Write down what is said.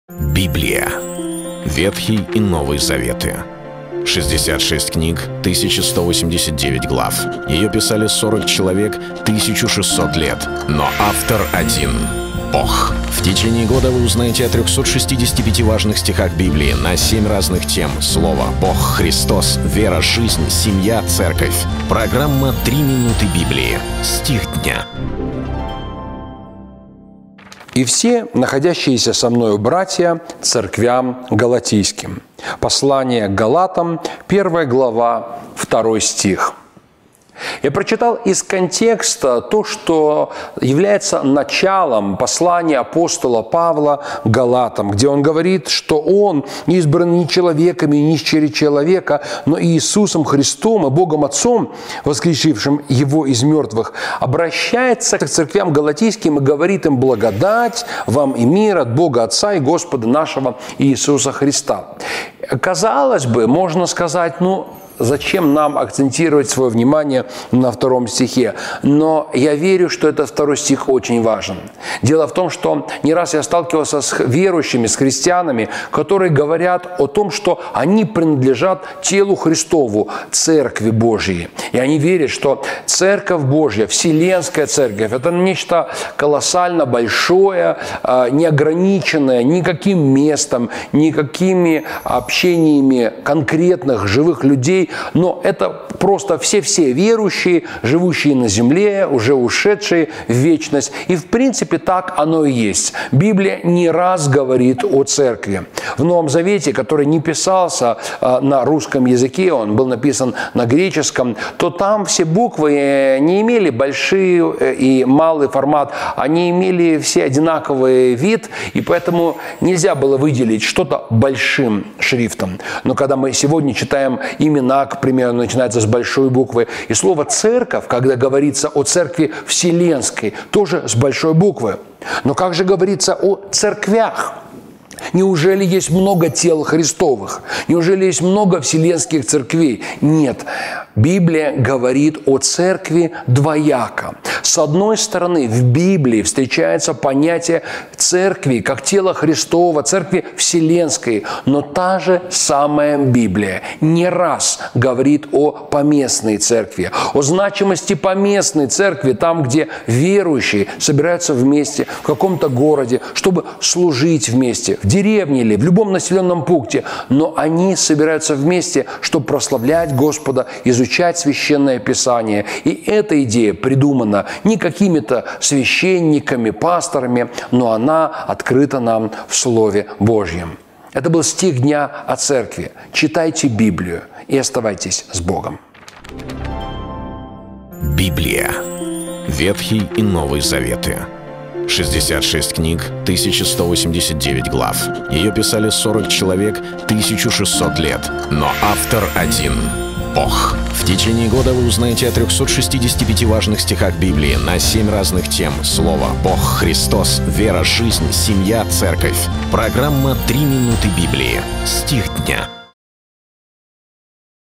Библия. Ветхий и Новый Заветы. 66 книг, 1189 глав. Ее писали 40 человек, 1600 лет. Но автор один — Бог. В течение года вы узнаете о 365 важных стихах Библии на 7 разных тем. Слово, Бог, Христос, вера, жизнь, семья, церковь. Программа «3 минуты Библии». Стих дня. «И все, находящиеся со мною братья, церквям галатийским». Послание к Галатам, 1 глава, 2 стих. Я прочитал из контекста то, что является началом послания апостола Павла к Галатам, где он говорит, что он не избран ни человеками, ни через человека, но и Иисусом Христом и Богом Отцом, воскресившим Его из мертвых, обращается к церквям галатийским и говорит им: «Благодать вам и мир от Бога Отца и Господа нашего Иисуса Христа». Казалось бы, можно сказать, зачем нам акцентировать свое внимание на 2 стихе? Но я верю, что этот 2 стих очень важен. Дело в том, что не раз я сталкивался с верующими, с христианами, которые говорят о том, что они принадлежат телу Христову, Церкви Божьей. И они верят, что Церковь Божья, Вселенская Церковь – это нечто колоссально большое, неограниченное никаким местом, никакими общениями конкретных живых людей, но это просто все верующие, живущие на земле, уже ушедшие в вечность. И в принципе так оно и есть. Библия не раз говорит о церкви. В Новом Завете, который не писался на русском языке, он был написан на греческом, то там все буквы не имели большой и малый формат, они имели все одинаковый вид, и поэтому нельзя было выделить что-то большим шрифтом. Но когда мы сегодня читаем имена, к примеру, начинается с большой буквы. И слово «церковь», когда говорится о церкви вселенской, тоже с большой буквы. Но как же говорится о церквях? Неужели есть много тел Христовых? Неужели есть много вселенских церквей? Нет. Библия говорит о церкви двояко. С одной стороны, в Библии встречается понятие церкви как тела Христова, церкви вселенской. Но та же самая Библия не раз говорит о поместной церкви, о значимости поместной церкви, там, где верующие собираются вместе в каком-то городе, чтобы служить вместе, в деревне или в любом населенном пункте. Но они собираются вместе, чтобы прославлять Господа, изучать Священное Писание. И эта идея придумана не какими-то священниками, пасторами, но она открыта нам в Слове Божьем. Это был стих дня о церкви. Читайте Библию и оставайтесь с Богом. Библия. Ветхий и Новый Заветы. 66 книг, 1189 глав. Ее писали 40 человек, 1600 лет. Но автор один — Бог. В течение года вы узнаете о 365 важных стихах Библии на 7 разных тем. Слово, Бог, Христос, вера, жизнь, семья, церковь. Программа «3 минуты Библии». Стих дня.